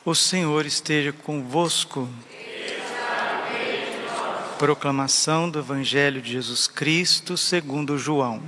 O Senhor esteja convosco. Proclamação do Evangelho de Jesus Cristo segundo João.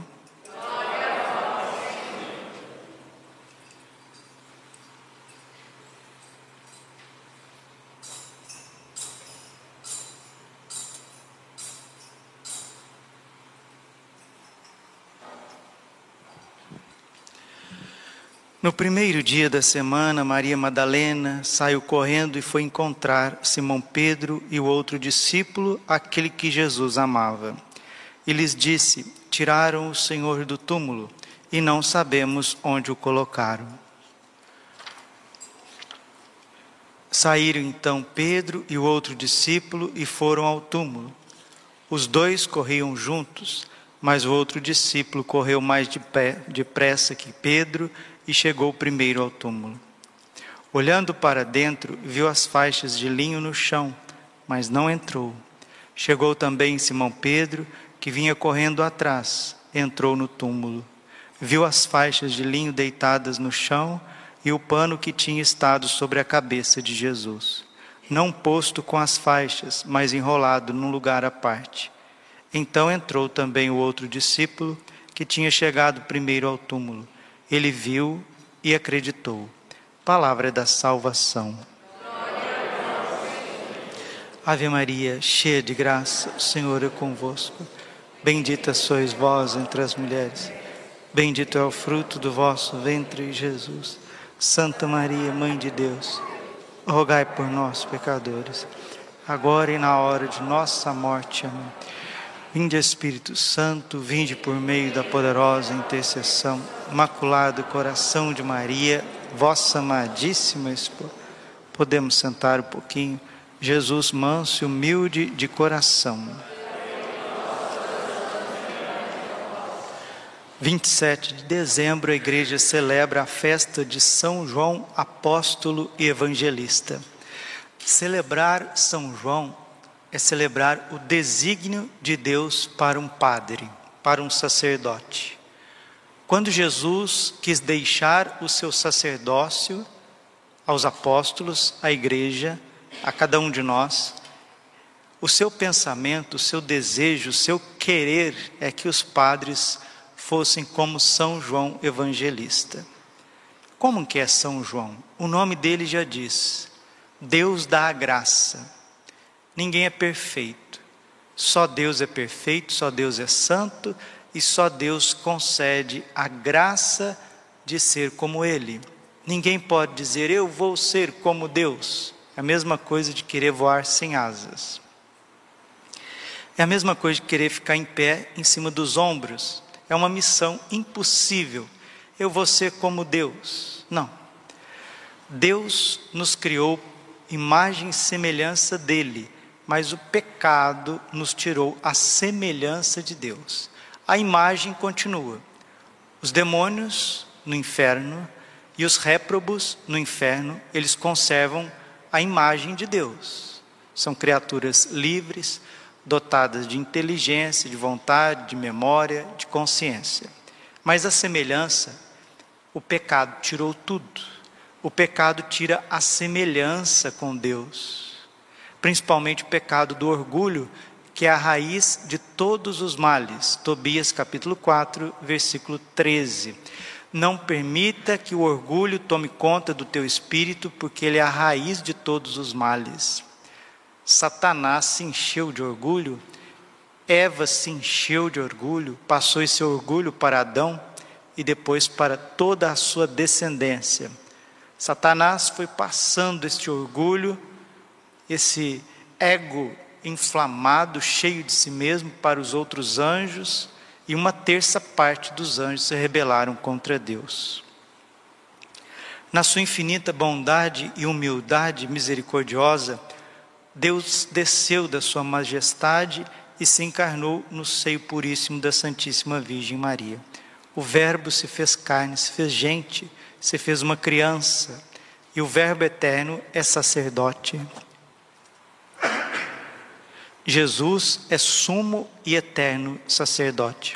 No primeiro dia da semana, Maria Madalena saiu correndo e foi encontrar Simão Pedro e o outro discípulo, aquele que Jesus amava. E lhes disse: tiraram o Senhor do túmulo e não sabemos onde o colocaram. Saíram então Pedro e o outro discípulo e foram ao túmulo. Os dois corriam juntos, mas o outro discípulo correu mais depressa que Pedro e chegou primeiro ao túmulo. Olhando para dentro, viu as faixas de linho no chão, mas não entrou. Chegou também Simão Pedro, que vinha correndo atrás, entrou no túmulo. Viu as faixas de linho deitadas no chão e o pano que tinha estado sobre a cabeça de Jesus, não posto com as faixas, mas enrolado num lugar à parte. Então entrou também o outro discípulo, que tinha chegado primeiro ao túmulo. Ele viu e acreditou. Palavra da salvação. Ave Maria, cheia de graça, o Senhor é convosco. Bendita sois vós entre as mulheres. Bendito é o fruto do vosso ventre, Jesus. Santa Maria, Mãe de Deus, rogai por nós, pecadores, agora e na hora de nossa morte. Amém. Vinde Espírito Santo, vinde por meio da poderosa intercessão, Imaculado Coração de Maria, vossa amadíssima esposa. Podemos sentar um pouquinho. Jesus manso e humilde de coração. 27 de dezembro, a igreja celebra a festa de São João Apóstolo e Evangelista. Celebrar São João é celebrar o desígnio de Deus para um padre, para um sacerdote. Quando Jesus quis deixar o seu sacerdócio aos apóstolos, à igreja, a cada um de nós, o seu pensamento, o seu desejo, o seu querer é que os padres fossem como São João Evangelista. Como que é São João? O nome dele já diz: Deus dá a graça. Ninguém é perfeito, só Deus é perfeito, só Deus é santo e só Deus concede a graça de ser como Ele. Ninguém pode dizer: eu vou ser como Deus. É a mesma coisa de querer voar sem asas. É a mesma coisa de querer ficar em pé em cima dos ombros. É uma missão impossível. Eu vou ser como Deus. Não. Deus nos criou imagem e semelhança dEle. Mas o pecado nos tirou a semelhança de Deus. A imagem continua. Os demônios no inferno e os réprobos no inferno, eles conservam a imagem de Deus. São criaturas livres, dotadas de inteligência, de vontade, de memória, de consciência. Mas a semelhança, o pecado tirou tudo. O pecado tira a semelhança com Deus. Principalmente o pecado do orgulho, que é a raiz de todos os males. Tobias capítulo 4, versículo 13. Não permita que o orgulho tome conta do teu espírito, porque ele é a raiz de todos os males. Satanás se encheu de orgulho, Eva se encheu de orgulho, passou esse orgulho para Adão e depois para toda a sua descendência. Satanás foi passando este orgulho, esse ego inflamado, cheio de si mesmo, para os outros anjos, e uma terça parte dos anjos se rebelaram contra Deus. Na sua infinita bondade e humildade misericordiosa, Deus desceu da sua majestade e se encarnou no seio puríssimo da Santíssima Virgem Maria. O Verbo se fez carne, se fez gente, se fez uma criança, e o Verbo eterno é sacerdote. Jesus é sumo e eterno sacerdote.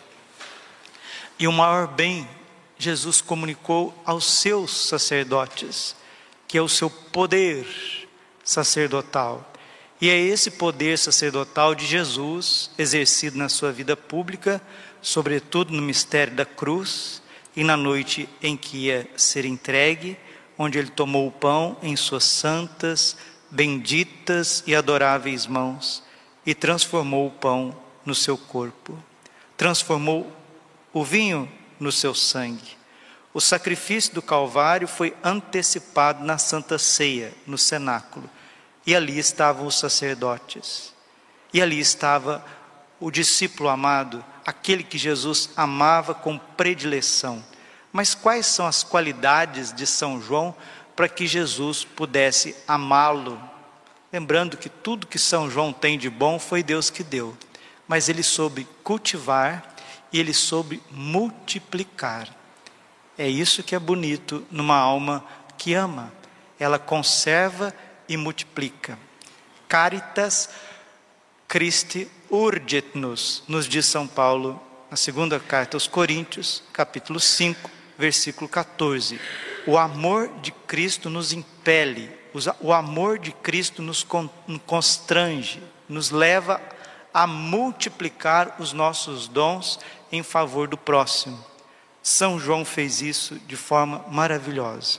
E o maior bem, Jesus comunicou aos seus sacerdotes, que é o seu poder sacerdotal. E é esse poder sacerdotal de Jesus, exercido na sua vida pública, sobretudo no mistério da cruz, e na noite em que ia ser entregue, onde ele tomou o pão em suas santas, benditas e adoráveis mãos, e transformou o pão no seu corpo, transformou o vinho no seu sangue. O sacrifício do Calvário foi antecipado na Santa Ceia, no cenáculo, e ali estavam os sacerdotes, e ali estava o discípulo amado, aquele que Jesus amava com predileção. Mas quais são as qualidades de São João para que Jesus pudesse amá-lo? Lembrando que tudo que São João tem de bom foi Deus que deu, mas ele soube cultivar e ele soube multiplicar. É isso que é bonito numa alma que ama, ela conserva e multiplica. Caritas Christi urget nos diz São Paulo na segunda carta aos Coríntios, capítulo 5, versículo 14. O amor de Cristo nos impele, o amor de Cristo nos constrange, nos leva a multiplicar os nossos dons em favor do próximo. São João fez isso de forma maravilhosa.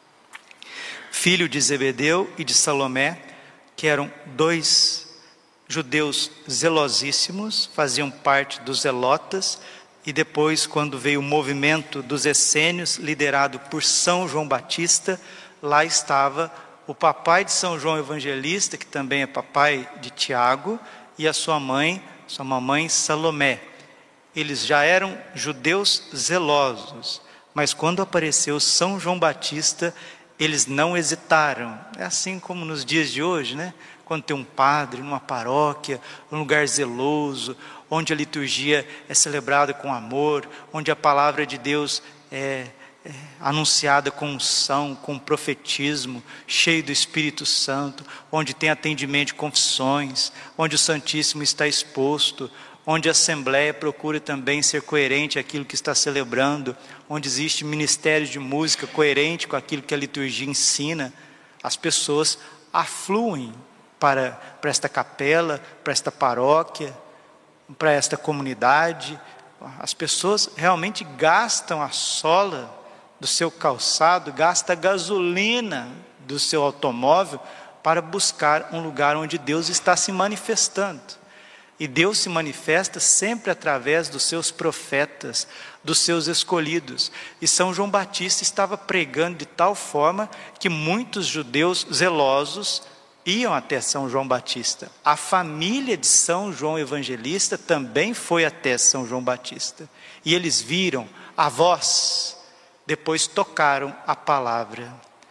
Filho de Zebedeu e de Salomé, que eram dois judeus zelosíssimos, faziam parte dos zelotas, e depois, quando veio o movimento dos essênios, liderado por São João Batista, lá estava o papai de São João Evangelista, que também é papai de Tiago, e a sua mamãe Salomé. Eles já eram judeus zelosos, mas quando apareceu São João Batista, eles não hesitaram. É assim como nos dias de hoje, né? Quando tem um padre numa paróquia, um lugar zeloso, onde a liturgia é celebrada com amor, onde a palavra de Deus é anunciada com unção, com profetismo, cheio do Espírito Santo, onde tem atendimento de confissões, onde o Santíssimo está exposto, onde a Assembleia procura também ser coerente àquilo que está celebrando, onde existe ministério de música coerente com aquilo que a liturgia ensina, as pessoas afluem para esta capela, para esta paróquia, para esta comunidade. As pessoas realmente gastam a sola do seu calçado, gastam a gasolina do seu automóvel para buscar um lugar onde Deus está se manifestando. E Deus se manifesta sempre através dos seus profetas, dos seus escolhidos. E São João Batista estava pregando de tal forma que muitos judeus zelosos iam até São João Batista. A família de São João Evangelista também foi até São João Batista. E eles viram a voz, depois tocaram a palavra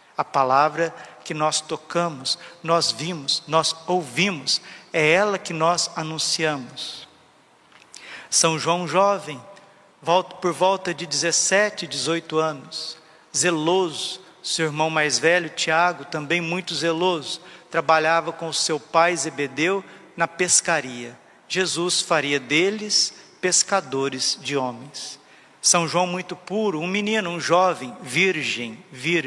que nós tocamos, nós vimos, nós ouvimos, é ela que nós anunciamos. São João jovem, por volta de 17, 18 anos, zeloso, seu irmão mais velho, Tiago, também muito zeloso, trabalhava com o seu pai Zebedeu na pescaria. Jesus faria deles pescadores de homens. São João muito puro, um menino, um jovem, virgem.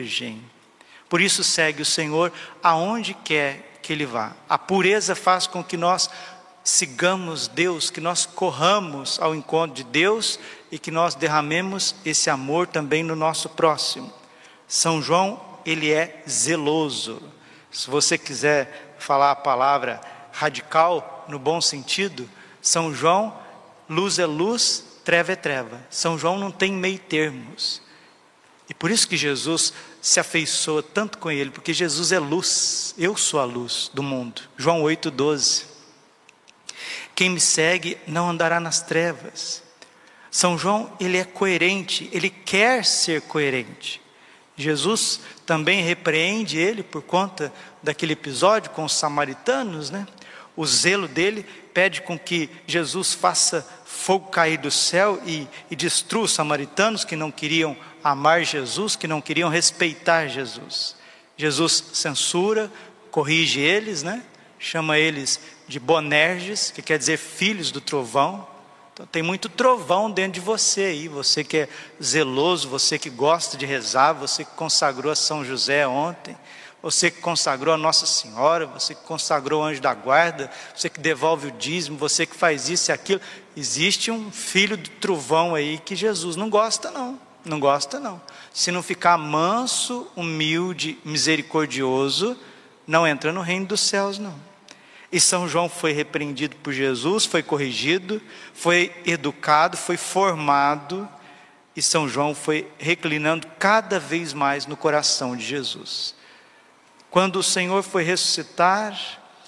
Por isso segue o Senhor aonde quer que Ele vá. A pureza faz com que nós sigamos Deus, que nós corramos ao encontro de Deus e que nós derramemos esse amor também no nosso próximo. São João, ele é zeloso. Se você quiser falar a palavra radical, no bom sentido, São João, luz é luz, treva é treva. São João não tem meio termos. E por isso que Jesus se afeiçoa tanto com ele, porque Jesus é luz, eu sou a luz do mundo. João 8,12. Quem me segue não andará nas trevas. São João, ele é coerente, ele quer ser coerente. Jesus também repreende ele por conta daquele episódio com os samaritanos, né? O zelo dele pede com que Jesus faça fogo cair do céu e destrua os samaritanos que não queriam amar Jesus, que não queriam respeitar Jesus. Jesus censura, corrige eles, né? Chama eles de Boanerges, que quer dizer filhos do trovão. Então, tem muito trovão dentro de você aí, você que é zeloso, você que gosta de rezar, você que consagrou a São José ontem, você que consagrou a Nossa Senhora, você que consagrou o anjo da guarda, você que devolve o dízimo, você que faz isso e aquilo. Existe um filho do trovão aí que Jesus não gosta não, não gosta não. Se não ficar manso, humilde, misericordioso, não entra no reino dos céus não. E São João foi repreendido por Jesus, foi corrigido, foi educado, foi formado, e São João foi reclinando cada vez mais no coração de Jesus. Quando o Senhor foi ressuscitar,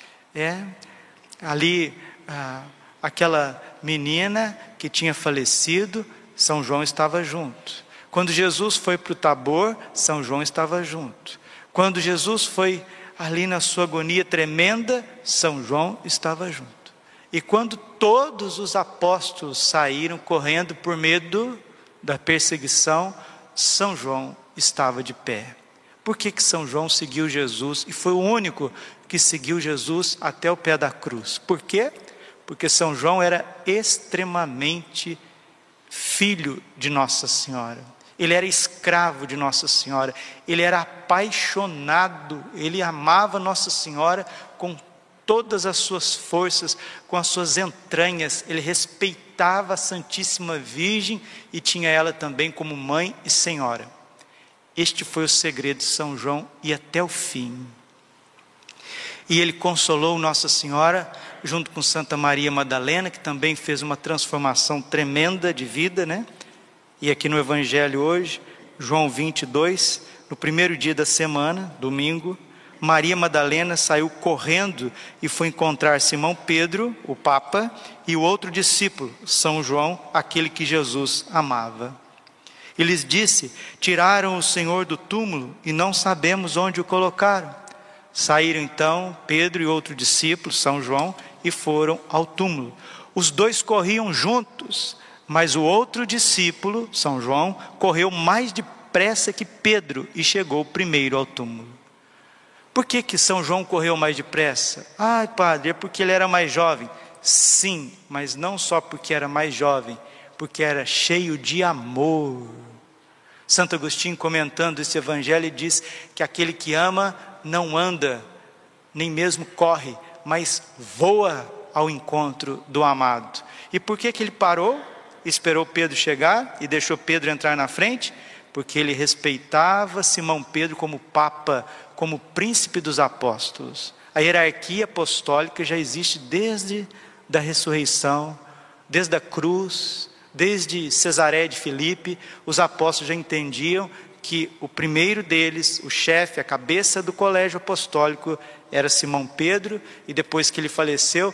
aquela menina que tinha falecido, São João estava junto. Quando Jesus foi para o Tabor, São João estava junto. Quando Jesus foi ali na sua agonia tremenda, São João estava junto. E quando todos os apóstolos saíram correndo por medo da perseguição, São João estava de pé. Por que São João seguiu Jesus e foi o único que seguiu Jesus até o pé da cruz? Por quê? Porque São João era extremamente filho de Nossa Senhora. Ele era escravo de Nossa Senhora, ele era apaixonado, ele amava Nossa Senhora com todas as suas forças, com as suas entranhas, ele respeitava a Santíssima Virgem e tinha ela também como mãe e senhora. Este foi o segredo de São João e até o fim. E ele consolou Nossa Senhora, junto com Santa Maria Madalena, que também fez uma transformação tremenda de vida, né? E aqui no Evangelho hoje, João 22, no primeiro dia da semana, domingo, Maria Madalena saiu correndo e foi encontrar Simão Pedro, o Papa, e o outro discípulo, São João, aquele que Jesus amava. E lhes disse: tiraram o Senhor do túmulo e não sabemos onde o colocaram. Saíram então Pedro e outro discípulo, São João, e foram ao túmulo. Os dois corriam juntos, mas o outro discípulo, São João, correu mais depressa que Pedro e chegou primeiro ao túmulo. Por que São João correu mais depressa? Ah, padre, é porque ele era mais jovem. Sim, mas não só porque era mais jovem, porque era cheio de amor. Santo Agostinho, comentando esse evangelho, diz que aquele que ama não anda, nem mesmo corre, mas voa ao encontro do amado. E por que ele parou? Esperou Pedro chegar e deixou Pedro entrar na frente? Porque ele respeitava Simão Pedro como Papa, como príncipe dos apóstolos. A hierarquia apostólica já existe desde a ressurreição, desde a cruz, desde Cesareia de Filipe. Os apóstolos já entendiam que o primeiro deles, o chefe, a cabeça do colégio apostólico, era Simão Pedro, e depois que ele faleceu,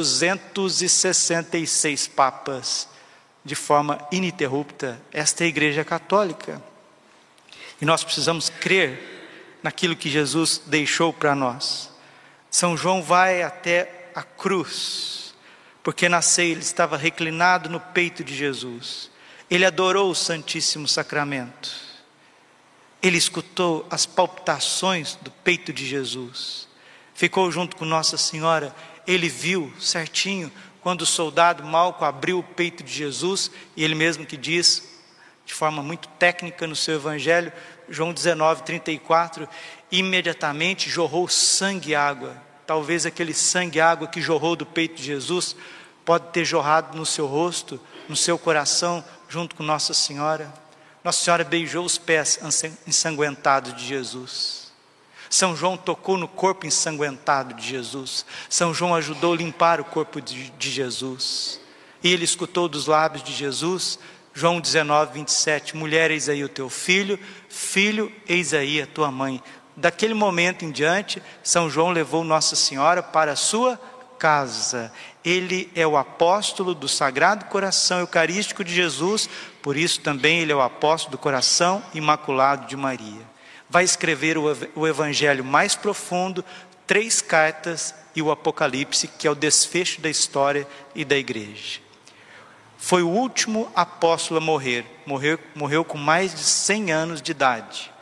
266 papas, de forma ininterrupta. Esta é a Igreja Católica. E nós precisamos crer naquilo que Jesus deixou para nós. São João vai até a cruz, porque na ceia ele estava reclinado no peito de Jesus. Ele adorou o Santíssimo Sacramento. Ele escutou as palpitações do peito de Jesus. Ficou junto com Nossa Senhora. Ele viu certinho quando o soldado Malco abriu o peito de Jesus, e ele mesmo que diz, de forma muito técnica no seu evangelho, João 19, 34, imediatamente jorrou sangue e água. Talvez aquele sangue e água que jorrou do peito de Jesus, pode ter jorrado no seu rosto, no seu coração, junto com Nossa Senhora. Nossa Senhora beijou os pés ensanguentados de Jesus. São João tocou no corpo ensanguentado de Jesus. São João ajudou a limpar o corpo de Jesus. E ele escutou dos lábios de Jesus, João 19, 27, mulher, eis aí o teu filho, filho, eis aí a tua mãe. Daquele momento em diante, São João levou Nossa Senhora para a sua casa. Ele é o apóstolo do Sagrado Coração Eucarístico de Jesus, por isso também ele é o apóstolo do Coração Imaculado de Maria. Vai escrever o evangelho mais profundo, 3 cartas e o Apocalipse, que é o desfecho da história e da igreja. Foi o último apóstolo a morrer. Morreu com mais de 100 anos de idade.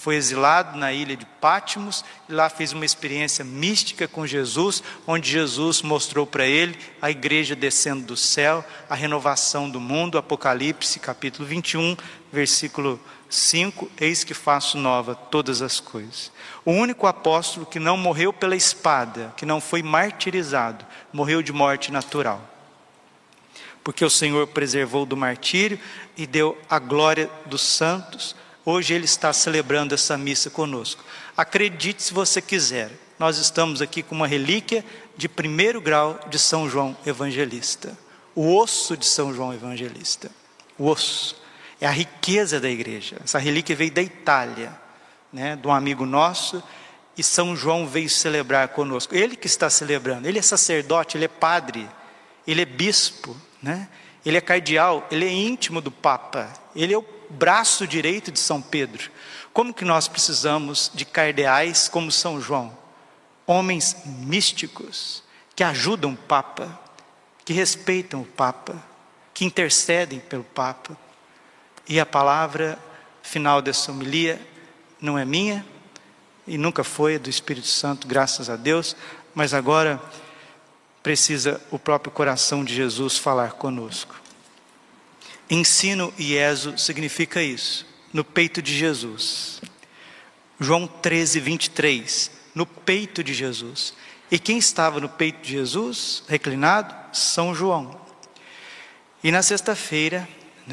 Foi exilado na ilha de Patmos, e lá fez uma experiência mística com Jesus, onde Jesus mostrou para ele a igreja descendo do céu, a renovação do mundo. Apocalipse capítulo 21, versículo 5, eis que faço nova todas as coisas. O único apóstolo que não morreu pela espada, que não foi martirizado, morreu de morte natural, porque o Senhor preservou do martírio e deu a glória dos santos. Hoje Ele está celebrando essa missa conosco. Acredite se você quiser, nós estamos aqui com uma relíquia de 1º grau de São João Evangelista. O osso de São João Evangelista. O osso. É a riqueza da igreja. Essa relíquia veio da Itália, de um amigo nosso, e São João veio celebrar conosco. Ele que está celebrando. Ele é sacerdote, ele é padre, ele é bispo, ele é cardeal, ele é íntimo do Papa, ele é o braço direito de São Pedro. Como que nós precisamos de cardeais como São João? Homens místicos, que ajudam o Papa, que respeitam o Papa, que intercedem pelo Papa. E a palavra final dessa homilia não é minha, e nunca foi, é do Espírito Santo, graças a Deus, mas agora precisa o próprio coração de Jesus falar conosco. Ensino ieso significa isso, no peito de Jesus. João 13, 23, no peito de Jesus. E quem estava no peito de Jesus, reclinado? São João. E na sexta-feira,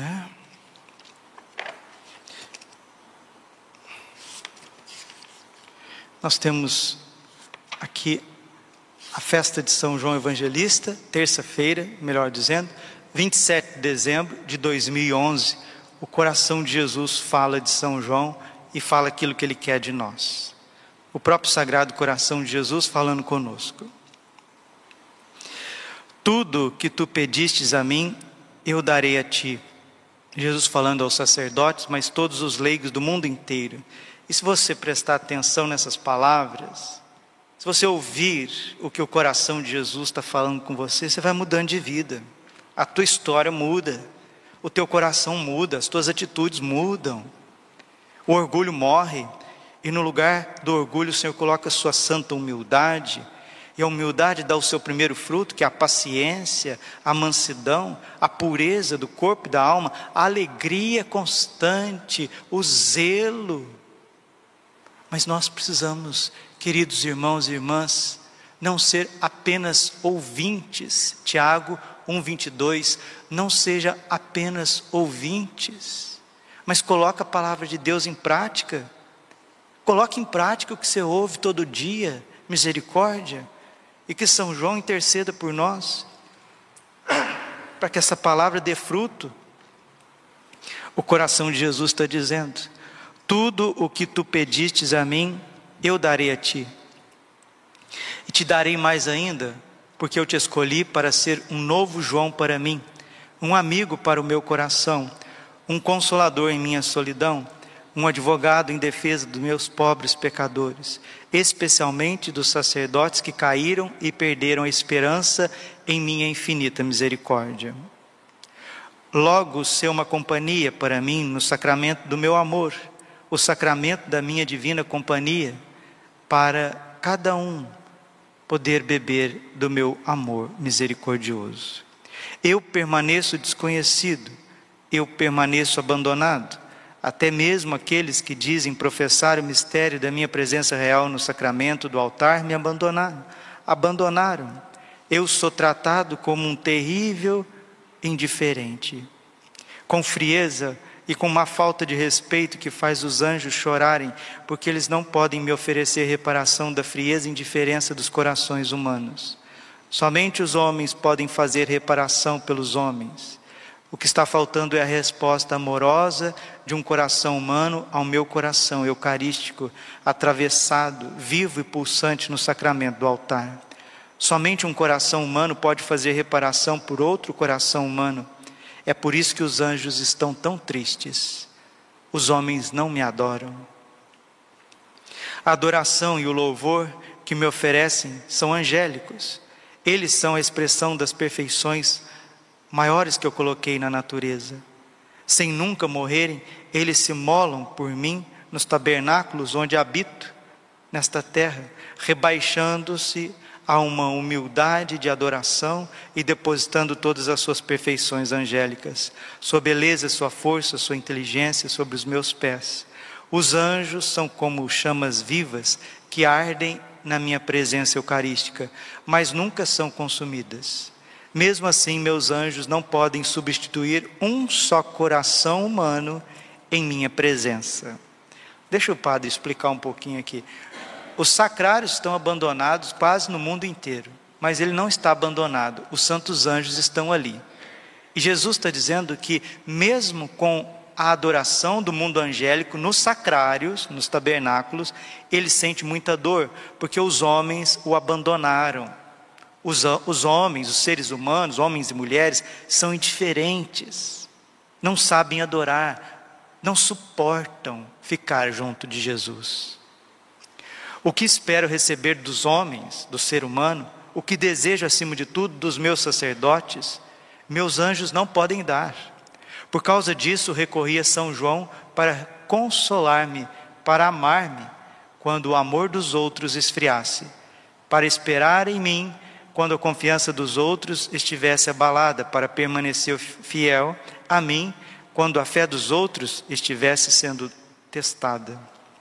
nós temos aqui a festa de São João Evangelista, terça-feira, melhor dizendo, 27 de dezembro de 2011, o coração de Jesus fala de São João e fala aquilo que ele quer de nós. O próprio Sagrado Coração de Jesus falando conosco. Tudo que tu pedistes a mim, eu darei a ti. Jesus falando aos sacerdotes, mas todos os leigos do mundo inteiro. E se você prestar atenção nessas palavras, se você ouvir o que o coração de Jesus está falando com você, você vai mudando de vida. A tua história muda, o teu coração muda, as tuas atitudes mudam. O orgulho morre, e no lugar do orgulho o Senhor coloca a sua santa humildade, e a humildade dá o seu primeiro fruto, que é a paciência, a mansidão, a pureza do corpo e da alma, a alegria constante, o zelo. Mas nós precisamos, queridos irmãos e irmãs, não ser apenas ouvintes. Tiago 1:22, não seja apenas ouvintes, mas coloque a palavra de Deus em prática. Coloque em prática o que você ouve todo dia, misericórdia, e que São João interceda por nós, para que essa palavra dê fruto. O coração de Jesus está dizendo: tudo o que tu pedistes a mim, eu darei a ti. E te darei mais ainda, porque eu te escolhi para ser um novo João para mim, um amigo para o meu coração, um consolador em minha solidão, um advogado em defesa dos meus pobres pecadores, especialmente dos sacerdotes que caíram e perderam a esperança em minha infinita misericórdia. Logo, ser uma companhia para mim no sacramento do meu amor, o sacramento da minha divina companhia, para cada um poder beber do meu amor misericordioso. Eu permaneço desconhecido, eu permaneço abandonado, até mesmo aqueles que dizem professar o mistério da minha presença real no sacramento do altar me abandonaram. Eu sou tratado como um terrível indiferente, com frieza e com uma falta de respeito que faz os anjos chorarem, porque eles não podem me oferecer reparação da frieza e indiferença dos corações humanos. Somente os homens podem fazer reparação pelos homens. O que está faltando é a resposta amorosa de um coração humano ao meu coração eucarístico, atravessado, vivo e pulsante no sacramento do altar. Somente um coração humano pode fazer reparação por outro coração humano. É por isso que os anjos estão tão tristes. Os homens não me adoram. A adoração e o louvor que me oferecem são angélicos. Eles são a expressão das perfeições maiores que eu coloquei na natureza. Sem nunca morrerem, eles se molam por mim nos tabernáculos onde habito nesta terra, rebaixando-se a uma humildade de adoração e depositando todas as suas perfeições angélicas, sua beleza, sua força, sua inteligência sobre os meus pés. Os anjos são como chamas vivas que ardem na minha presença eucarística, mas nunca são consumidas. Mesmo assim, meus anjos não podem substituir um só coração humano em minha presença. Deixa o padre explicar um pouquinho aqui. Os sacrários estão abandonados quase no mundo inteiro, mas ele não está abandonado, os santos anjos estão ali. E Jesus está dizendo que mesmo com a adoração do mundo angélico, nos sacrários, nos tabernáculos, ele sente muita dor, porque os homens o abandonaram. Os homens, os seres humanos, homens e mulheres, são indiferentes, não sabem adorar, não suportam ficar junto de Jesus. O que espero receber dos homens, do ser humano, o que desejo acima de tudo dos meus sacerdotes, meus anjos não podem dar. Por causa disso, recorri a São João para consolar-me, para amar-me, quando o amor dos outros esfriasse, para esperar em mim, quando a confiança dos outros estivesse abalada, para permanecer fiel a mim, quando a fé dos outros estivesse sendo testada.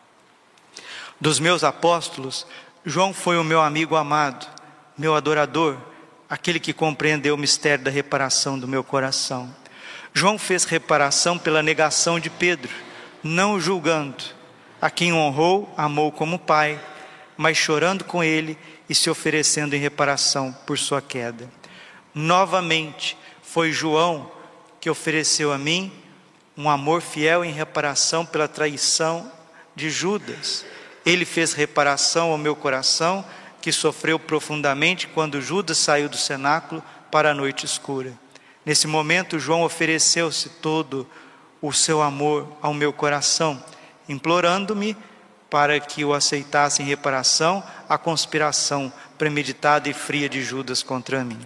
Dos meus apóstolos, João foi o meu amigo amado, meu adorador, aquele que compreendeu o mistério da reparação do meu coração. João fez reparação pela negação de Pedro, não o julgando. A quem honrou, amou como pai, mas chorando com ele e se oferecendo em reparação por sua queda. Novamente, foi João que ofereceu a mim um amor fiel em reparação pela traição de Judas. Ele fez reparação ao meu coração, que sofreu profundamente quando Judas saiu do cenáculo para a noite escura. Nesse momento, João ofereceu-se todo o seu amor ao meu coração, implorando-me para que eu aceitasse em reparação a conspiração premeditada e fria de Judas contra mim.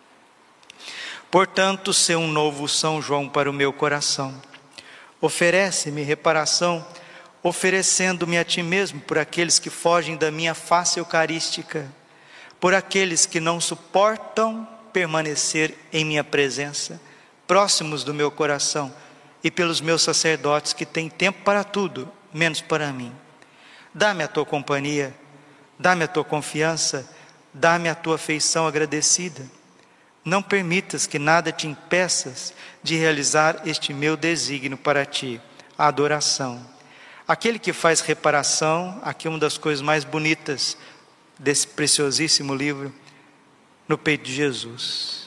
Portanto, sê um novo São João para o meu coração. Oferece-me reparação, oferecendo-me a ti mesmo por aqueles que fogem da minha face eucarística, por aqueles que não suportam permanecer em minha presença, próximos do meu coração, e pelos meus sacerdotes que têm tempo para tudo, menos para mim. Dá-me a tua companhia, dá-me a tua confiança, dá-me a tua afeição agradecida. Não permitas que nada te impeças de realizar este meu desígnio para ti, a adoração. Aquele que faz reparação, aqui uma das coisas mais bonitas desse preciosíssimo livro, no peito de Jesus.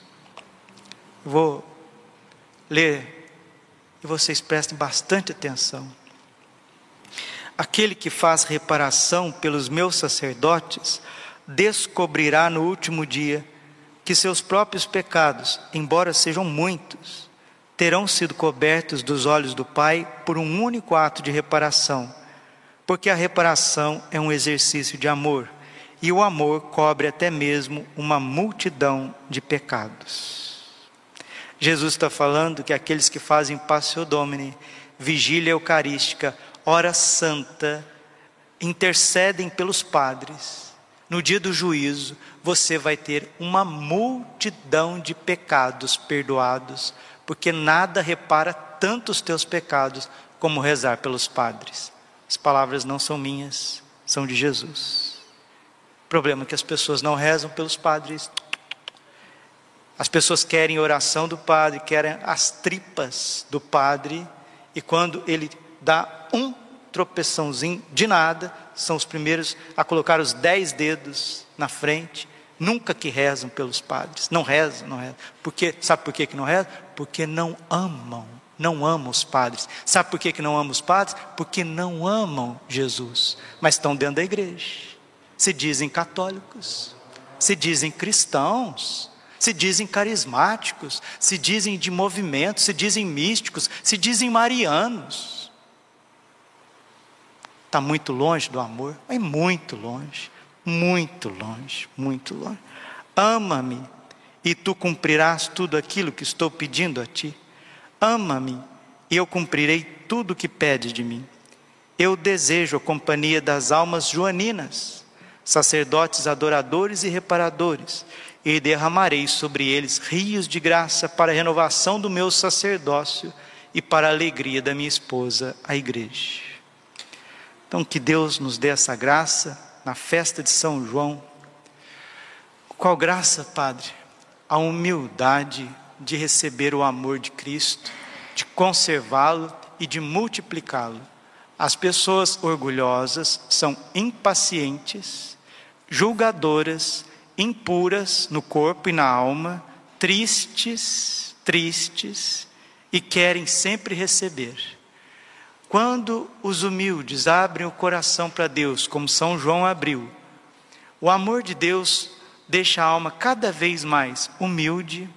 Vou ler e vocês prestem bastante atenção. Aquele que faz reparação pelos meus sacerdotes descobrirá no último dia que seus próprios pecados, embora sejam muitos, terão sido cobertos dos olhos do Pai por um único ato de reparação, porque a reparação é um exercício de amor, e o amor cobre até mesmo uma multidão de pecados. Jesus está falando que aqueles que fazem Passio Domini, vigília eucarística, hora santa, intercedem pelos padres. No dia do juízo, você vai ter uma multidão de pecados perdoados, porque nada repara tanto os teus pecados como rezar pelos padres. As palavras não são minhas, são de Jesus. O problema é que as pessoas não rezam pelos padres. As pessoas querem oração do padre, querem as tripas do padre, e quando ele dá um tropeçãozinho de nada, são os primeiros a colocar os 10 dedos na frente. Nunca que rezam pelos padres, não rezam. Sabe por que não rezam? Porque não amam os padres. Sabe por que não amam os padres? Porque não amam Jesus, mas estão dentro da igreja. Se dizem católicos, se dizem cristãos, se dizem carismáticos, se dizem de movimento, se dizem místicos, se dizem marianos. Está muito longe do amor? É muito longe, muito longe, muito longe. Ama-me e tu cumprirás tudo aquilo que estou pedindo a ti. Ama-me e eu cumprirei tudo o que pedes de mim. Eu desejo a companhia das almas joaninas, sacerdotes adoradores e reparadores, e derramarei sobre eles rios de graça para a renovação do meu sacerdócio e para a alegria da minha esposa, a igreja. Então que Deus nos dê essa graça na festa de São João. Qual graça, Padre? A humildade de receber o amor de Cristo, de conservá-lo e de multiplicá-lo. As pessoas orgulhosas são impacientes, julgadoras, impuras no corpo e na alma, tristes e querem sempre receber. Quando os humildes abrem o coração para Deus, como São João abriu, o amor de Deus deixa a alma cada vez mais humilde,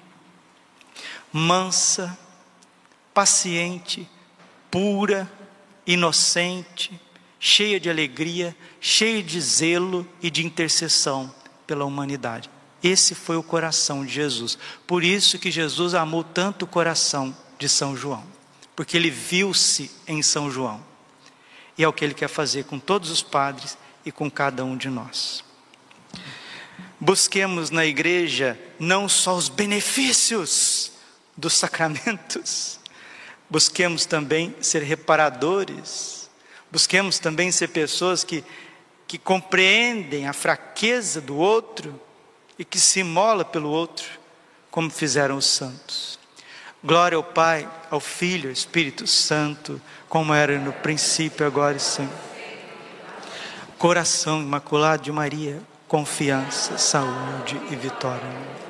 mansa, paciente, pura, inocente, cheia de alegria, cheia de zelo e de intercessão pela humanidade. Esse foi o coração de Jesus. Por isso que Jesus amou tanto o coração de São João, porque ele viu-se em São João. E é o que ele quer fazer com todos os padres e com cada um de nós. Busquemos na igreja não só os benefícios dos sacramentos, busquemos também ser reparadores, busquemos também ser pessoas que compreendem a fraqueza do outro e que se imola pelo outro, como fizeram os santos. Glória ao Pai, ao Filho, ao Espírito Santo, como era no princípio, agora e sempre. Coração imaculado de Maria, confiança, saúde e vitória.